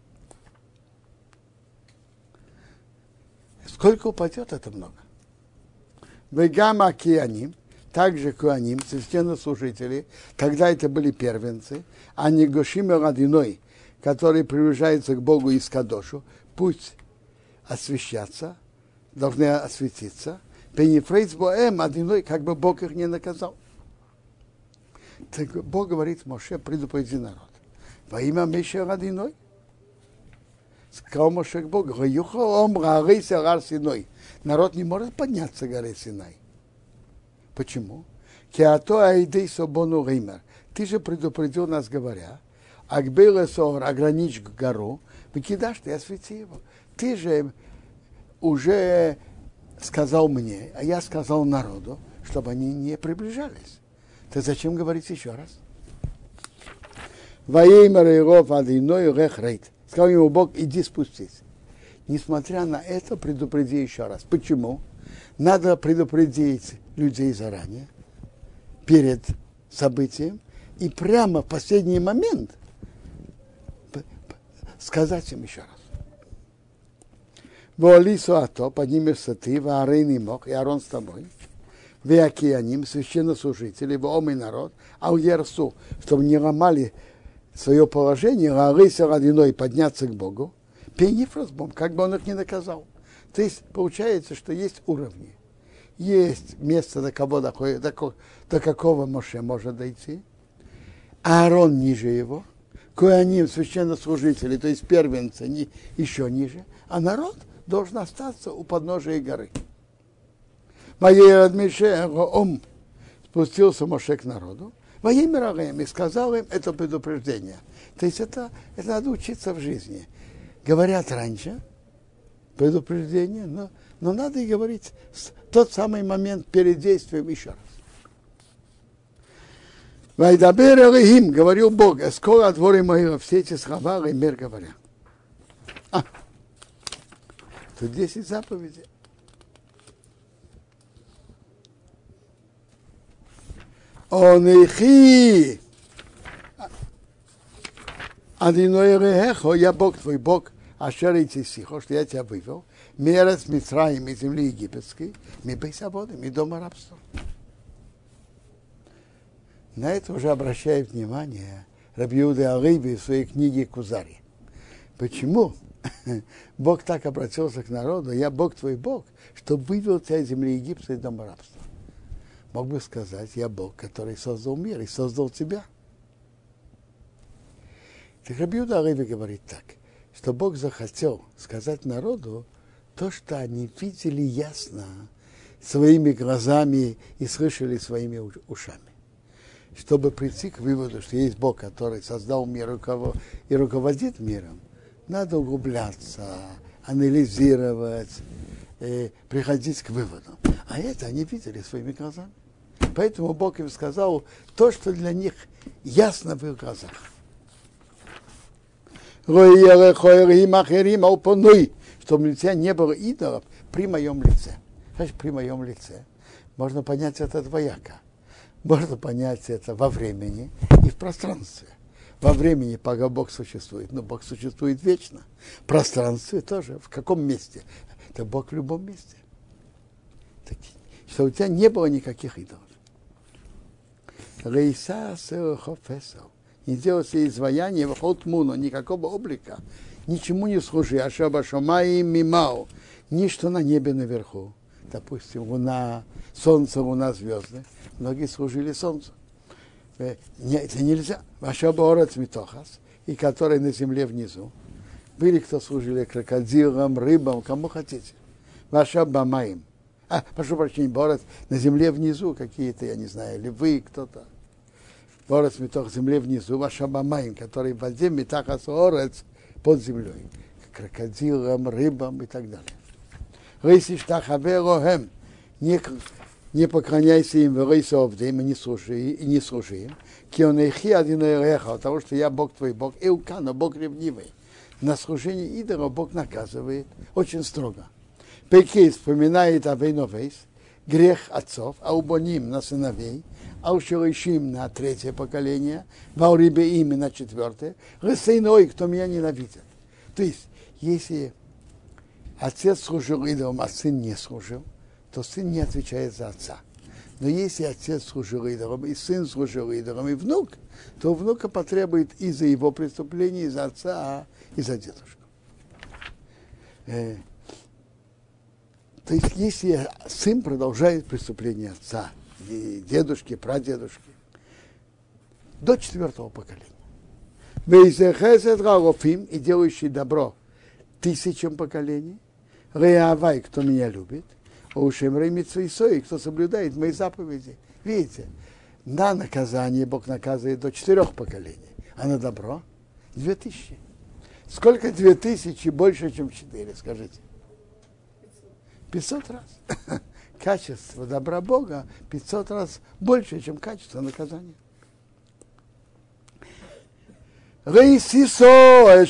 Сколько упадет, это много. Вегама кианим, также куаним, священнослужители, когда это были первенцы, а не гошиме радиной, которые приближаются к Богу из Кадошу, пусть освящаться, должны осветиться, пенифрейц боэм одиной, как бы Бог их не наказал. Так Бог говорит Моше, предупреди народ. Во имя Меше одиной, сказал Моше к Богу, народ не может подняться горы Синай. Почему? Ты же предупредил нас, говоря, ограничь гору, выкидашь ты, освети его. Ты же уже сказал мне, а я сказал народу, чтобы они не приближались. Ты зачем говорить еще раз? Сказал ему Бог, иди спустись. Несмотря на это, предупреди еще раз. Почему? Надо предупредить людей заранее, перед событием, и прямо в последний момент сказать им еще раз. Воалису ато, поднимешься ты, ваарей не мог, и Аарон с тобой, веакианим, священнослужители, воомый народ, аль-ярсу, чтобы не ломали свое положение, ваарейся родиной, подняться к Богу, пенифросбом, как бы он их не наказал. То есть получается, что есть уровни. Есть место, до какого Моше может дойти, Аарон ниже его, коаним, священнослужители, то есть первенцы, еще ниже, а народ должен остаться у подножия горы. Спустился Моше к народу, во имя Рагаем, и сказал им это предупреждение. То есть это надо учиться в жизни. Говорят раньше предупреждение, но Но надо и говорить тот самый момент перед действием еще раз. Вайдабер Элохим, говорил Бог, скоро дворы мои, все эти слова, и мир говоря. Тут 10 заповедей. Онехи, Адиной Рехо, я Бог твой Бог, Ашер Ицисихо, что я тебя вывел, Мерец Мицраим из земли египетской, ми бейсаводы, ми дома рабства. На это уже обращает внимание Раби Иуда а-Леви в своей книге Кузари. Почему Бог так обратился к народу, я Бог твой Бог, что вывел тебя из земли египетской, из дома рабства? Мог бы сказать, я Бог, который создал мир и создал тебя. Так Раби Иуда а-Леви говорит так, что Бог захотел сказать народу то, что они видели ясно своими глазами и слышали своими ушами. Чтобы прийти к выводу, что есть Бог, который создал мир и руководит миром, надо углубляться, анализировать, приходить к выводам. А это они видели своими глазами. Поэтому Бог им сказал то, что для них ясно в их глазах. Чтобы у тебя не было идолов при моем лице. Значит, при моем лице. Можно понять это двояко. Можно понять это во времени и в пространстве. Во времени, пока Бог существует, но Бог существует вечно. В пространстве тоже. В каком месте? Это Бог в любом месте. Так, что у тебя не было никаких идолов. Не делай себе изваяние, выход муну, никакого облика, ничему не служи, ашаба шамай мимау, ничто на небе наверху. Допустим, луна, солнце, луна, звезды. Многие служили солнцу. Это нельзя. Ашаба орец митохас, и которые на земле внизу. Были, кто служили крокодилам, рыбам, кому хотите. Ашаба маим. Прошу прощения, борец на земле внизу, какие-то, я не знаю, львы, кто-то. Борец метох земле внизу, Ашаба маим, который в воде метахас орец под землей. Крокодилам, рыбам и так далее. Не поклоняйся им, и не служи им. Кионехи одиной реха, от того, что я Бог твой Бог, Эукана, Бог ревнивый. На служение идола Бог наказывает очень строго. Пекей вспоминает Авейновейс, грех отцов, а убоним на сыновей, а у шелышим на третье поколение, а у рибеим на четвертое, рысейной, кто меня ненавидит. То есть, если отец служил идолам, а сын не служил, то сын не отвечает за отца. Но если отец служил идолам, и сын служил идолам, и внук, то внука потребует и за его преступление, и за отца, и за дедушку. То есть, если сын продолжает преступление отца, и дедушки, прадедушки, до 4-го поколения. И делающий добро 1000 поколений, Реавай, кто меня любит, Ушем Ремицуисой, кто соблюдает мои заповеди. Видите, на наказание Бог наказывает до 4 поколений, а на добро 2000. Сколько 2000 больше, чем 4, скажите? 500 раз. Качество добра Бога 500 раз больше, чем качество наказания. Рейсисо,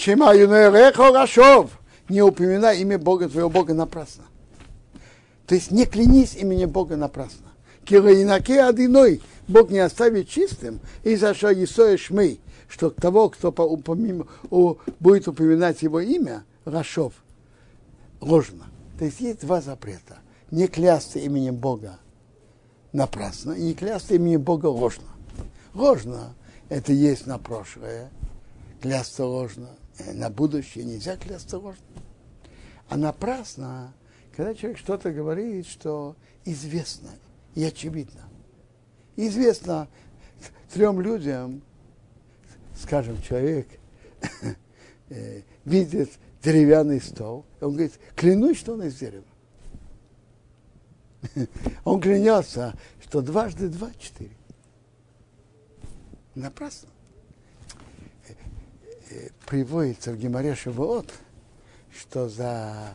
не упоминай имя Бога, твоего Бога напрасно. То есть не клянись именем Бога напрасно. Кираинаке одиной, Бог не оставит чистым, и за что Исоя Шмей, что того, кто будет упоминать его имя, Рашов, ложно. То есть есть 2 запрета. Не клясться именем Бога напрасно, и не клясться именем Бога ложно. Ложно – это есть на прошлое, клясться ложно. На будущее нельзя клясться ложно. А напрасно, когда человек что-то говорит, что известно и очевидно. Известно 3 людям, скажем, человек видит деревянный стол, он говорит, клянусь, что он из дерева. Он клянется, что 2 × 2 = 4. Напрасно. Приводится в Гемаре Шавуот, что за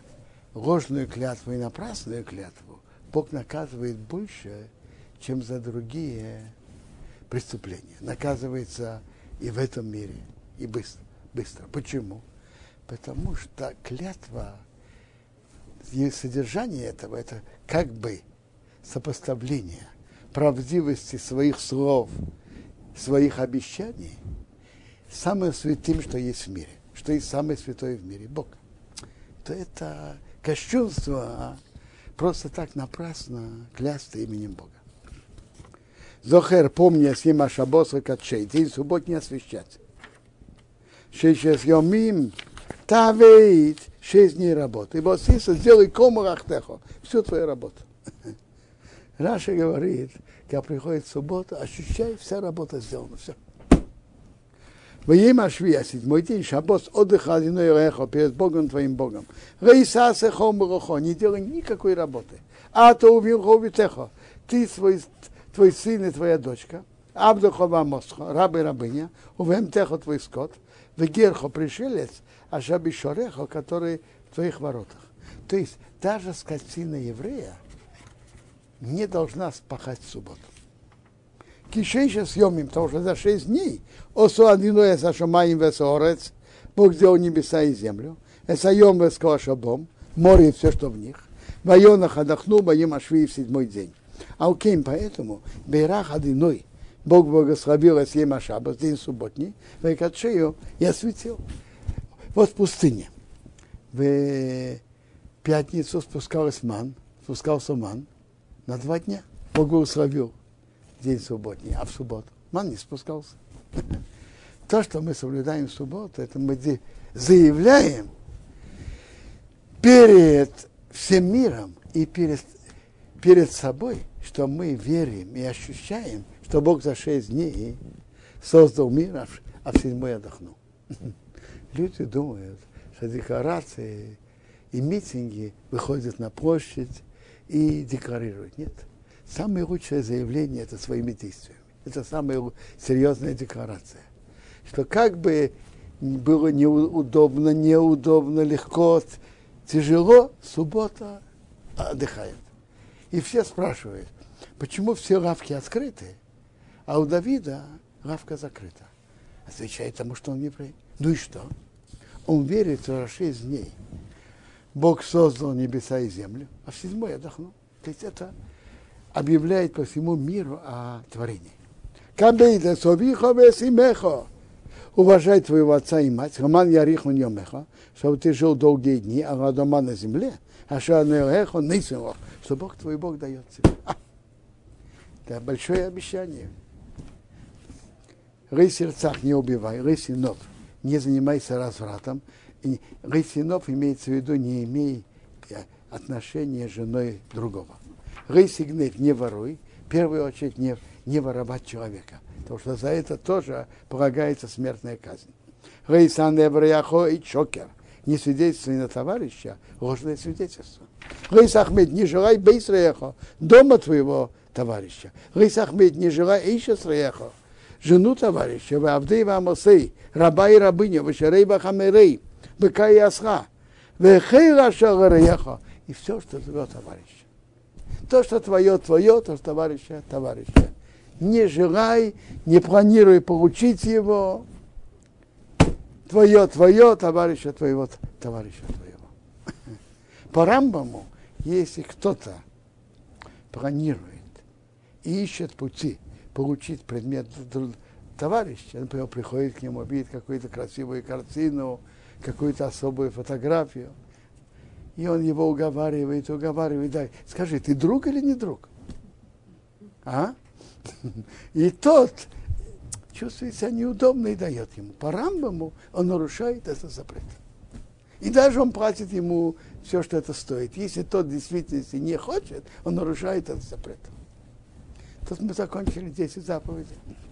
ложную клятву и напрасную клятву Бог наказывает больше, чем за другие преступления. Наказывается и в этом мире, и быстро. Почему? Потому что клятва, и содержание этого, это как бы сопоставление правдивости своих слов, своих обещаний с самым святым, что есть в мире, что есть самое святое в мире, Бог. То это кощунство, просто так напрасно клясться именем Бога. Зохер, помни, сима шабоса катшей, день суббот не освящать. 6 йомим тавейт, 6 дней работы. И вот сделай кому рахтехо, всю твою работу. Раша говорит, когда приходит суббота, ощущай, вся работа сделана, все. Во имя Швия, 7-й день, шаббос, отдыха одиной рехо, перед Богом твоим Богом. Рейса сехо мрохо, не делай никакой работы. А то увилхо витехо, ты, твой сын и твоя дочка, абдухо вамосхо, раб и рабыня, увемтехо твой скот, вегерхо пришелец, а шаби шорехо, который в твоих воротах. То есть даже скотина еврея не должна спахать в субботу. Кишейша съемим, потому что за 6 дней осу одиное за шамаим весорец, Бог сделал небеса и землю, эсайом вескошабом, море и все, что в них, вайонах отдохнул, боим ашви в 7-й день. А окей, поэтому бейрах одиной, Бог благословил эсьем ашабас, день субботний, вайкатшею и осветил. Вот в пустыне. В пятницу спускался ман на 2 дня. Бог благословил день субботний, а в субботу ман не спускался. То, что мы соблюдаем в субботу, это мы заявляем перед всем миром и перед собой, что мы верим и ощущаем, что Бог за 6 дней создал мир, а в 7-й отдохнул. Люди думают, что декларации и митинги выходят на площадь и декларируют. Нет. Самое лучшее заявление – это своими действиями. Это самая серьезная декларация. Что как бы было неудобно, легко, тяжело, суббота отдыхает. И все спрашивают, почему все лавки открыты, а у Давида лавка закрыта. Отвечает тому, что он еврей. Ну и что? Он верит, что 6 дней Бог создал небеса и землю, а в 7-й отдохнул. То есть это объявляет по всему миру о творении. Кабейда совихо весимехо. Уважай твоего отца и мать, Роман Яриху Ньомеха, чтобы ты жил долгие дни, а дома на земле, а что Нелехо Нисимох, что Бог твой Бог дает тебе. Это большое обещание. Рей сердцах не убивай, рей синов, не занимайся развратом. Рей синов имеется в виду, не имей отношения с женой другого. Рей сигнет, не воруй, в первую очередь не воровать человека, потому что за это тоже полагается смертная казнь. Рей сан евреяхо и чокер, не свидетельствуй на товарища, ложное свидетельство. Рей сахмед, не желай бейсреяхо, дома твоего товарища. Рей сахмед, не желай эйшесреяхо, жену товарища, в Авдеева Амосей, раба и рабыня, в Шерей Бахамерей, быка и осха, в Хейра Шагареяхо, и все, что твое товарища. То, что твое, то, что товарища. Не желай, не планируй получить его. Твое, товарища твоего. По Рамбаму, если кто-то планирует и ищет пути получить предмет товарища, например, приходит к нему, видит какую-то красивую картину, какую-то особую фотографию, и он его уговаривает, дай, скажи, ты друг или не друг? А? И тот чувствует себя неудобно и дает ему. По Рамбаму он нарушает этот запрет. И даже он платит ему все, что это стоит. Если тот действительно не хочет, он нарушает этот запрет. Тут мы закончили 10 заповедей.